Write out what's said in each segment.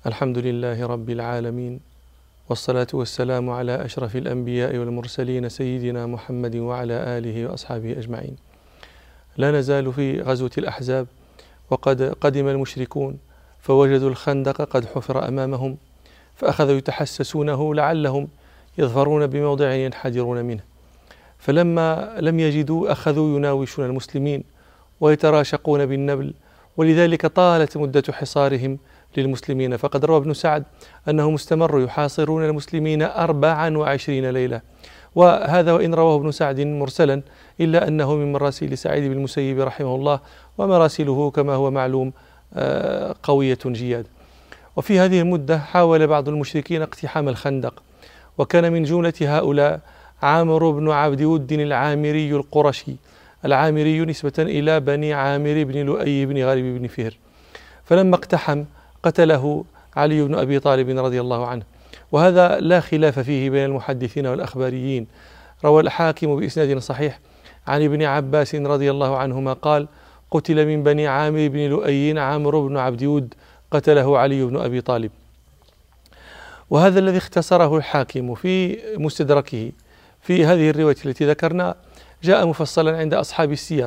الحمد لله رب العالمين، والصلاة والسلام على أشرف الأنبياء والمرسلين سيدنا محمد وعلى آله وأصحابه أجمعين. لا نزال في غزوة الأحزاب، وقد قدم المشركون فوجدوا الخندق قد حفر أمامهم، فأخذوا يتحسسونه لعلهم يظفرون بموضع ينحدرون منه، فلما لم يجدوا أخذوا يناوشون المسلمين ويتراشقون بالنبل، ولذلك طالت مدة حصارهم للمسلمين. فقد روى ابن سعد أنهم استمروا يحاصرون المسلمين 24 ليلة، وهذا وإن رواه ابن سعد مرسلا إلا أنه من مراسيل سعيد بن المسيب رحمه الله، ومراسله كما هو معلوم قوية جياد. وفي هذه المدة حاول بعض المشركين اقتحام الخندق، وكان من جملة هؤلاء عامر بن عبد ود العامري القرشي، العامري نسبة إلى بني عامر بن لؤي بن غالب بن فهر. فلما اقتحم قتله علي بن أبي طالب رضي الله عنه، وهذا لا خلاف فيه بين المحدثين والأخباريين. روى الحاكم بإسناد صحيح عن ابن عباس رضي الله عنهما قال: قتل من بني عامر بن لؤي عامر بن عبد ود قتله علي بن أبي طالب. وهذا الذي اختصره الحاكم في مستدركه في هذه الرواية التي ذكرنا جاء مفصلا عند أصحاب السير،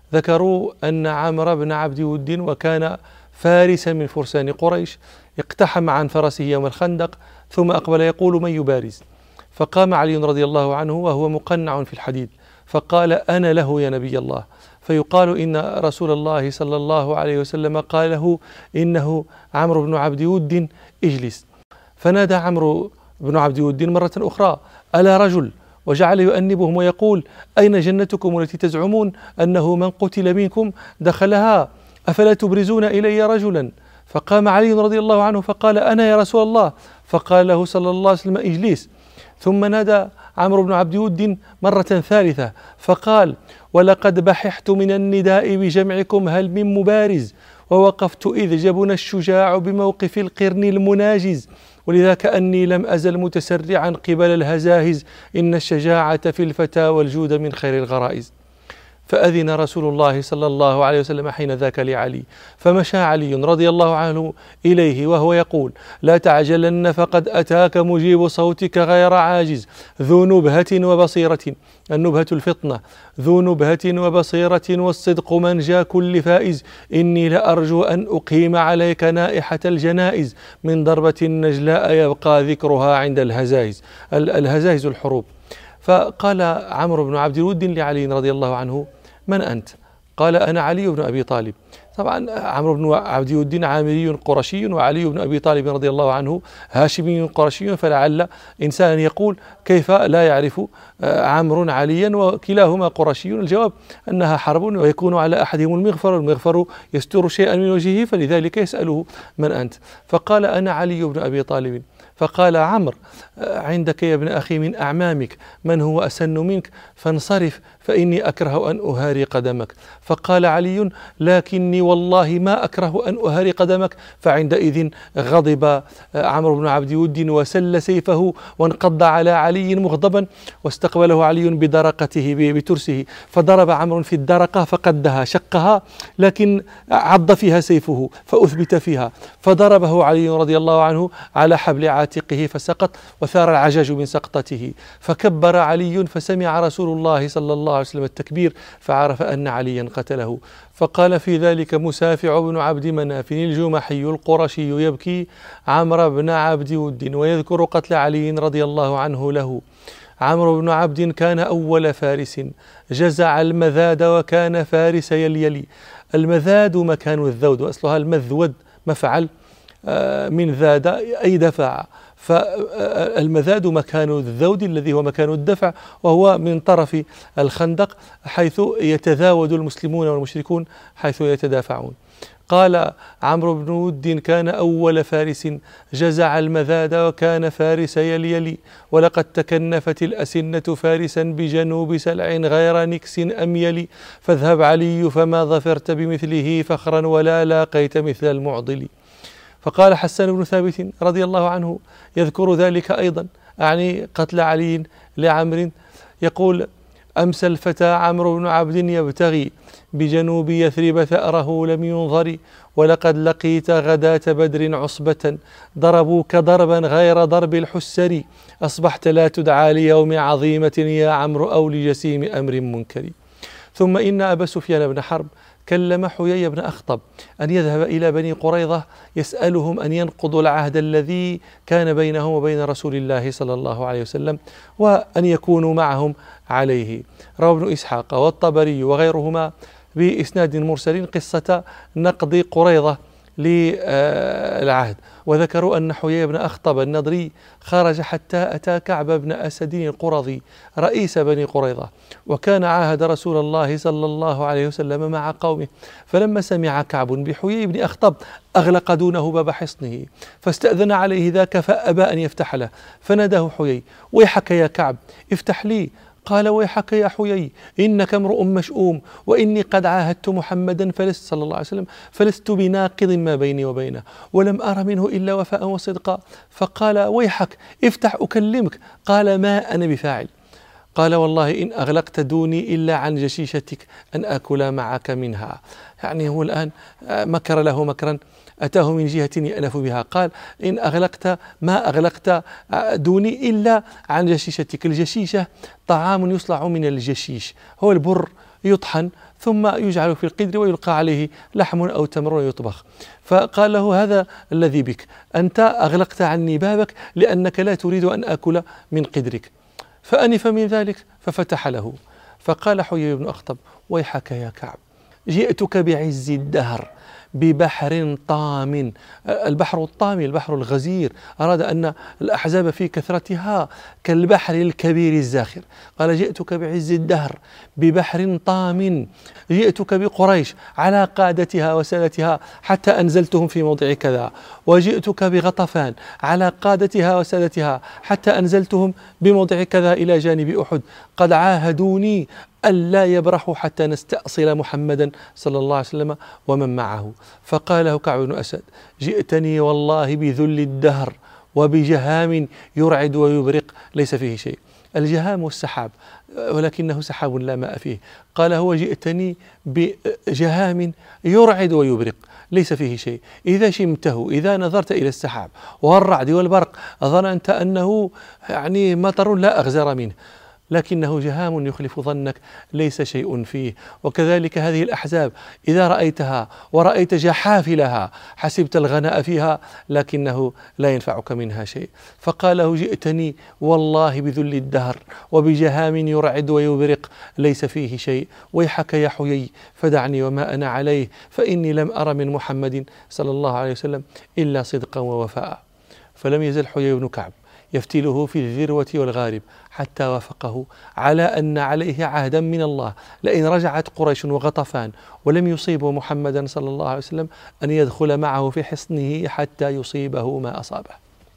ذكروا أن عامر بن عبد ود وكان فارسا من فرسان قريش اقتحم عن فرسه يوم الخندق، ثم أقبل يقول: من يبارز؟ فقام علي رضي الله عنه وهو مقنع في الحديد فقال: أنا له يا نبي الله. فيقال إن رسول الله صلى الله عليه وسلم قال له: إنه عمرو بن عبد ود، اجلس. فنادى عمرو بن عبد ود مرة أخرى: ألا رجل؟ وجعل يؤنبهم ويقول: أين جنتكم التي تزعمون أنه من قتل منكم دخلها؟ أفلا تبرزون إلي رجلا؟ فقام علي رضي الله عنه فقال: أنا يا رسول الله. فقال له صلى الله عليه وسلم: اجلس. ثم نادى عمرو بن عبد ود مرة ثالثة فقال: ولقد بححت من النداء بجمعكم هل من مبارز؟ ووقفت إذ جبن الشجاع بموقف القرن المناجز، ولذا كأني لم أزل متسرعا قبل الهزاهز، إن الشجاعة في الفتى والجود من خير الغرائز. فأذن رسول الله صلى الله عليه وسلم حين ذاك لعلي، فمشى علي رضي الله عنه إليه وهو يقول: لا تعجلن فقد أتاك مجيب صوتك غير عاجز، ذو نبهة وبصيرة، النبهة الفطنة، ذو نبهة وبصيرة والصدق منجى كل فائز، إني لأرجو أن أقيم عليك نائحة الجنائز، من ضربة النجلاء يبقى ذكرها عند الهزائز. الهزائز الحروب. فقال عمرو بن عبد ود لعلي رضي الله عنه: من أنت؟ قال: أنا علي بن أبي طالب. طبعا عمرو بن عبد ود عامري قرشي، وعلي بن أبي طالب رضي الله عنه هاشمي قرشي، فلعل إنسانا يقول: كيف لا يعرف عمرو عليا وكلاهما قرشي؟ الجواب أنها حرب ويكون على أحدهم المغفر، والمغفر يستر شيئا من وجهه، فلذلك يسأله: من أنت؟ فقال: أنا علي بن أبي طالب. فقال عمرو: عندك يا ابن أخي من أعمامك من هو أسن منك، فانصرف فإني أكره أن أهاري قدمك. فقال علي: لكني والله ما أكره أن أهاري قدمك. فعندئذ غضب عمرو بن عبد ود وسل سيفه وانقض على علي مغضبا، واستقبله علي بدرقته بترسه، فضرب عمرو في الدرقة فقدها شقها، لكن عض فيها سيفه فأثبت فيها، فضربه علي رضي الله عنه على حبل عاتقه فسقط، وثار العجاج من سقطته. فكبر علي فسمع رسول الله صلى الله عليه وسلم التكبير، فعرف أن عليا قتله. فقال في ذلك مسافع بن عبد مناف الجمحي القرشي يبكي عمرو بن عبد ود ويذكر قتل علي رضي الله عنه له: عمرو بن عبد كان أول فارس جزع المذاد، وكان فارس يليلي. المذاد مكان الذود، وأصلها المذود مفعل من ذاد أي دفع، فالمذاد مكان الذود الذي هو مكان الدفع، وهو من طرف الخندق حيث يتذاود المسلمون والمشركون حيث يتدافعون. قال عمرو بن ود كان أول فارس جزع المذاد، وكان فارس يليلي، ولقد تكنفت الأسنة فارسا بجنوب سلع غير نكس أميلي، فاذهب علي فما ظفرت بمثله فخرا ولا لاقيت مثل المعضل. فقال حسان بن ثابت رضي الله عنه يذكر ذلك أيضا، أعني قتل علي لعمر، يقول: أمسى الفتى عمرو بن عبد يبتغي بجنوب يثرب ثأره لم ينظر، ولقد لقيت غداة بدر عصبة ضربوك ضربا غير ضرب الحسر، أصبحت لا تدعى ليوم عظيمة يا عمرو أو لجسيم أمر منكر. ثم إن أبا سفيان بن حرب كلم حيي بن أخطب أن يذهب إلى بني قريظة يسألهم أن ينقضوا العهد الذي كان بينهم وبين رسول الله صلى الله عليه وسلم، وأن يكونوا معهم عليه. روى ابن إسحاق والطبري وغيرهما بإسناد مرسل قصة نقض قريظة للعهد، وذكروا أن حيي بن أخطب النضري خرج حتى أتى كعب بن أسد القرظي رئيس بني قريظة، وكان عاهد رسول الله صلى الله عليه وسلم مع قومه، فلما سمع كعب بحيي بن أخطب أغلق دونه باب حصنه، فاستأذن عليه ذاك فأبى أن يفتح له، فناداه حيي: ويحك يا كعب افتح لي. قال: ويحك يا حيي إنك امرؤ مشؤوم، وإني قد عاهدت محمدا فلست صلى الله عليه وسلم فلست بناقض ما بيني وبينه، ولم أر منه إلا وفاء وصدقا. فقال: ويحك افتح أكلمك. قال: ما أنا بفاعل. قال: والله إن أغلقت دوني إلا عن جشيشتك أن آكل معك منها. يعني هو الآن مكر له مكرا أتاه من جهة يأنف بها. قال: إن أغلقت ما أغلقت دوني إلا عن جشيشتك. الجشيشة طعام يصنع من الجشيش، هو البر يطحن ثم يجعل في القدر ويلقى عليه لحم أو تمر ويطبخ. فقال له: هذا الذي بك، أنت أغلقت عني بابك لأنك لا تريد أن آكل من قدرك. فأنف من ذلك ففتح له. فقال حيي بن أخطب: ويحك يا كعب جئتك بعز الدهر ببحر طام. البحر الطامي البحر الغزير، أراد أن الأحزاب في كثرتها كالبحر الكبير الزاخر. قال: جئتك بعز الدهر ببحر طام، جئتك بقريش على قادتها وسادتها حتى أنزلتهم في موضع كذا، وجئتك بغطفان على قادتها وسادتها حتى أنزلتهم بموضع كذا إلى جانب أحد، قد عاهدوني ألا يبرحوا حتى نستأصل محمدا صلى الله عليه وسلم ومن معه. فقال له كعب بن أسد: جئتني والله بذل الدهر وبجهام يرعد ويبرق ليس فيه شيء. الجهام والسحاب، ولكنه سحاب لا ماء فيه. قال: هو جئتني بجهام يرعد ويبرق ليس فيه شيء، إذا شمته، إذا نظرت إلى السحاب والرعد والبرق ظننت أنه يعني مطر لا أغزر منه، لكنه جهام يخلف ظنك ليس شيء فيه. وكذلك هذه الأحزاب إذا رأيتها ورأيت جحافلها حسبت الغناء فيها، لكنه لا ينفعك منها شيء. فقال له: جئتني والله بذل الدهر وبجهام يرعد ويبرق ليس فيه شيء، ويحك يا حيي فدعني وما أنا عليه، فإني لم أر من محمد صلى الله عليه وسلم إلا صدقا ووفاء. فلم يزل حيي بن كعب يفتله في الذروة والغارب حتى وافقه على أن عليه عهدا من الله لئن رجعت قريش وغطفان ولم يصيبوا محمدا صلى الله عليه وسلم أن يدخل معه في حصنه حتى يصيبه ما أصابه.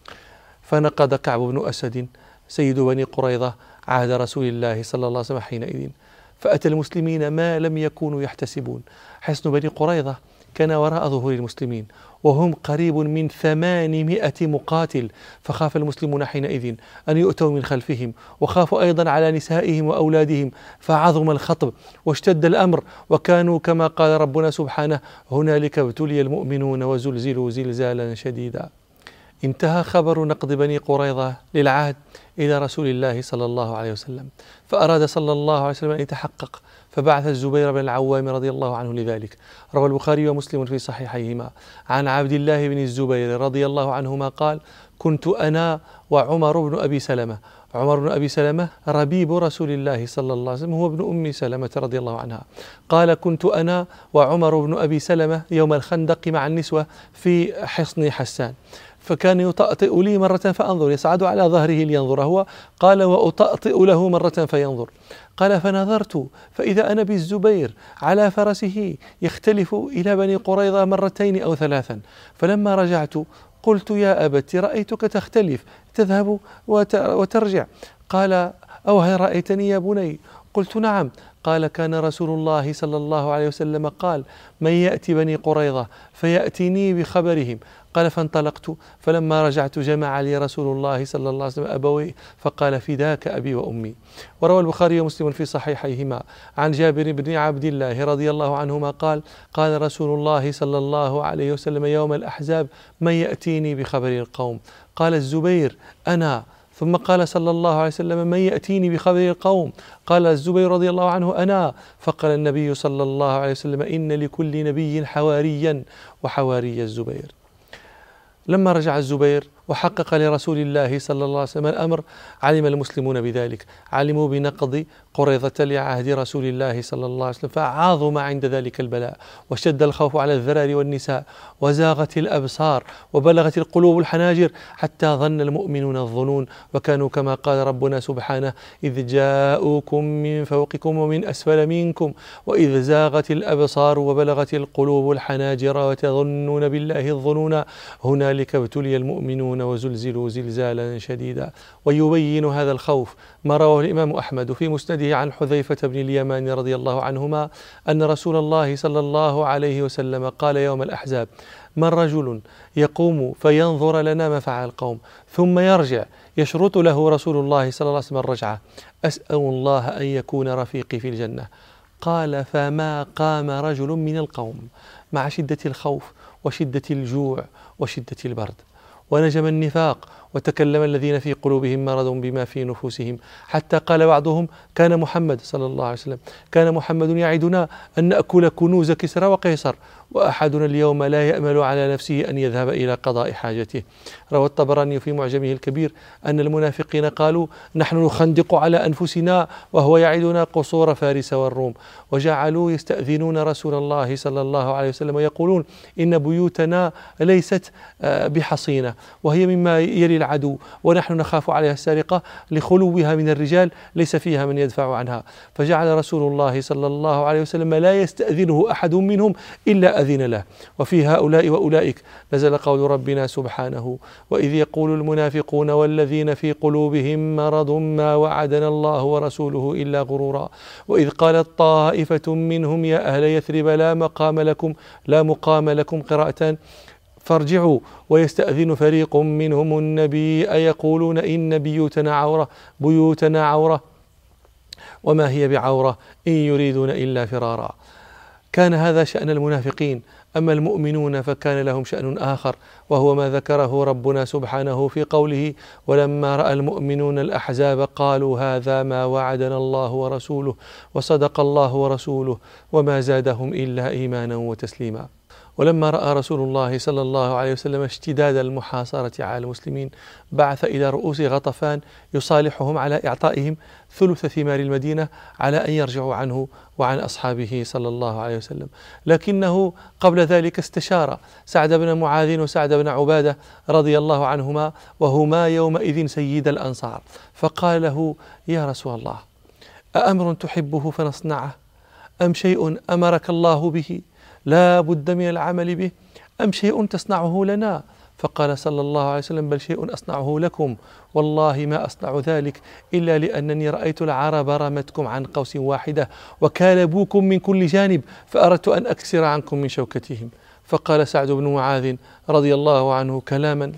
فنقض كعب بن أسد سيد بني قريظة عهد رسول الله صلى الله عليه وسلم حينئذ، فأتى المسلمين ما لم يكونوا يحتسبون. حصن بني قريظة كان وراء ظهور المسلمين، وهم قريب من 800 مقاتل، فخاف المسلمون حينئذ أن يؤتوا من خلفهم، وخافوا أيضا على نسائهم وأولادهم، فعظم الخطب واشتد الأمر، وكانوا كما قال ربنا سبحانه: هنالك ابتلي المؤمنون وزلزلوا زلزالا شديدا. انتهى خبر نقض بني قريظة للعهد إلى رسول الله صلى الله عليه وسلم، فأراد صلى الله عليه وسلم أن يتحقق، فبعث الزبير بن العوام رضي الله عنه لذلك. روى البخاري ومسلم في صحيحيهما عن عبد الله بن الزبير رضي الله عنهما قال: كنت أنا وعمر بن أبي سلمة. عمر بن أبي سلمة ربيب رسول الله صلى الله عليه وسلم، هو ابن أم سلمة رضي الله عنها. قال: كنت أنا وعمر بن أبي سلمة يوم الخندق مع النسوة في حصن حسان، فكان يطأطئ لي مرة فأنظر، يصعد على ظهره لينظر هو، قال: وأطأطئ له مرة فينظر. قال: فنظرت فإذا أنا بالزبير على فرسه يختلف إلى بني قريظة مرتين أو ثلاثا، فلما رجعت قلت: يا أبت رأيتك تختلف، تذهب وترجع. قال: أو هل رأيتني يا بني؟ قلت: نعم. قال: كان رسول الله صلى الله عليه وسلم قال: من يأتي بني قريظة فيأتيني بخبرهم قال فانطلقت، فلما رجعت جمع لي رسول الله صلى الله عليه وسلم أبويه فقال فداك أبي وأمي. وروى البخاري ومسلم في صحيحيهما عن جابر بن عبد الله رضي الله عنهما قال قال رسول الله صلى الله عليه وسلم يوم الأحزاب من يأتيني بخبر القوم؟ قال الزبير أنا. ثم قال صلى الله عليه وسلم من يأتيني بخبر القوم؟ قال الزبير رضي الله عنه أنا. فقال النبي صلى الله عليه وسلم إن لكل نبي حواريا وحواري الزبير. لما رجع الزبير وحقق لرسول الله صلى الله عليه وسلم الأمر علم المسلمون بذلك، علموا بنقض قريظة لعهد رسول الله صلى الله عليه وسلم، فعظم عند ذلك البلاء واشتد الخوف على الذرار والنساء وزاغت الأبصار وبلغت القلوب الحناجر حتى ظن المؤمنون الظنون، وكانوا كما قال ربنا سبحانه إذ جاءوكم من فوقكم ومن أسفل منكم وإذ زاغت الأبصار وبلغت القلوب الحناجر وتظنون بالله الظنون هنالك ابتلي المؤمنون وزلزلوا زلزالا شديدا. ويبين هذا الخوف ما رواه الإمام أحمد في مسنده عن حذيفة بن اليمان رضي الله عنهما أن رسول الله صلى الله عليه وسلم قال يوم الأحزاب من رجل يقوم فينظر لنا ما فعل القوم ثم يرجع يشرط له رسول الله صلى الله عليه وسلم الرجعة أسأل الله أن يكون رفيقي في الجنة. قال فما قام رجل من القوم مع شدة الخوف وشدة الجوع وشدة البرد ونجم النفاق وتكلم الذين في قلوبهم مرض بما في نفوسهم، حتى قال بعضهم كان محمد صلى الله عليه وسلم كان محمد يعدنا أن نأكل كنوز كسرى وقيصر وأحدنا اليوم لا يأمل على نفسه أن يذهب إلى قضاء حاجته. روى الطبراني في معجمه الكبير أن المنافقين قالوا نحن نخندق على أنفسنا وهو يعدنا قصور فارس والروم، وجعلوا يستأذنون رسول الله صلى الله عليه وسلم ويقولون إن بيوتنا ليست بحصينة وهي مما يلي العدو ونحن نخاف عليها السرقة لخلوها من الرجال ليس فيها من يدفع عنها، فجعل رسول الله صلى الله عليه وسلم لا يستأذنه أحد منهم إلا أذن له. وفي هؤلاء وأولئك نزل قول ربنا سبحانه وإذ يقول المنافقون والذين في قلوبهم مرض ما وعدنا الله ورسوله إلا غرورا وإذ قالت طائفة منهم يا أهل يثرب لا مقام لكم قراءتان فارجعوا ويستأذن فريق منهم النبي أيقولون إن بيوتنا عورة وما هي بعورة إن يريدون إلا فرارا. كان هذا شأن المنافقين، أما المؤمنون فكان لهم شأن آخر وهو ما ذكره ربنا سبحانه في قوله ولما رأى المؤمنون الأحزاب قالوا هذا ما وعدنا الله ورسوله وصدق الله ورسوله وما زادهم إلا إيمانا وتسليما. ولما رأى رسول الله صلى الله عليه وسلم اشتداد المحاصرة على المسلمين بعث إلى رؤوس غطفان يصالحهم على إعطائهم ثلث ثمار المدينة على أن يرجعوا عنه وعن أصحابه صلى الله عليه وسلم، لكنه قبل ذلك استشار سعد بن معاذ وسعد بن عبادة رضي الله عنهما وهما يومئذ سيد الأنصار، فقال له يا رسول الله أأمر تحبه فنصنعه أم شيء أمرك الله به لا بد من العمل به أم شيء تصنعه لنا؟ فقال صلى الله عليه وسلم بل شيء أصنعه لكم والله ما أصنع ذلك إلا لأنني رأيت العرب رمتكم عن قوس واحدة وكالبوكم من كل جانب فأردت أن أكسر عنكم من شوكتهم. فقال سعد بن معاذ رضي الله عنه كلاما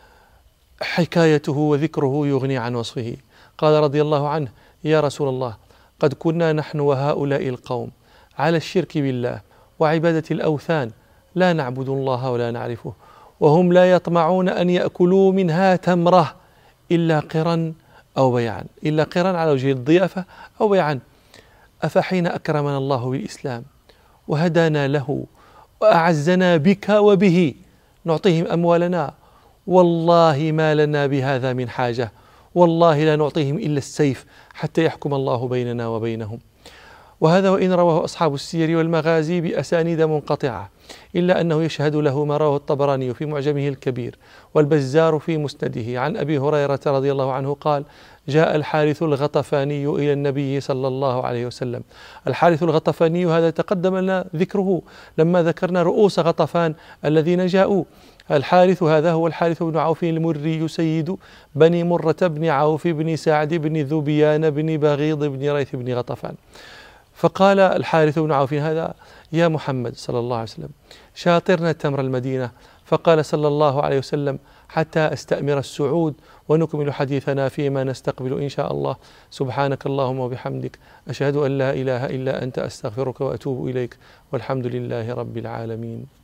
حكايته وذكره يغني عن وصفه، قال رضي الله عنه يا رسول الله قد كنا نحن وهؤلاء القوم على الشرك بالله وعبادة الأوثان لا نعبد الله ولا نعرفه وهم لا يطمعون أن يأكلوا منها تمرة إلا قرا أو بيعا، إلا قرا على وجه الضيافة أو بيعا. أفحين أكرمنا الله بالإسلام وهدانا له وأعزنا بك وبه نعطيهم أموالنا؟ والله ما لنا بهذا من حاجة، والله لا نعطيهم إلا السيف حتى يحكم الله بيننا وبينهم. وهذا وإن رواه أصحاب السير والمغازي بأسانيد منقطعة إلا أنه يشهد له ما رواه الطبراني في معجمه الكبير والبزار في مسنده عن أبي هريرة رضي الله عنه قال جاء الحارث الغطفاني إلى النبي صلى الله عليه وسلم. الحارث الغطفاني هذا تقدم لنا ذكره لما ذكرنا رؤوس غطفان الذين جاءوا. الحارث هذا هو الحارث بن عوف المري سيد بني مرة بن عوف بن سعد بن ذبيان بن بغيض بن ريث بن غطفان. فقال الحارث بن عوف هذا يا محمد صلى الله عليه وسلم شاطرنا تمر المدينة فقال صلى الله عليه وسلم: حتى أستأمر السعود. ونكمل حديثنا فيما نستقبل إن شاء الله. سبحانك اللهم وبحمدك، أشهد أن لا إله إلا أنت، أستغفرك وأتوب إليك، والحمد لله رب العالمين.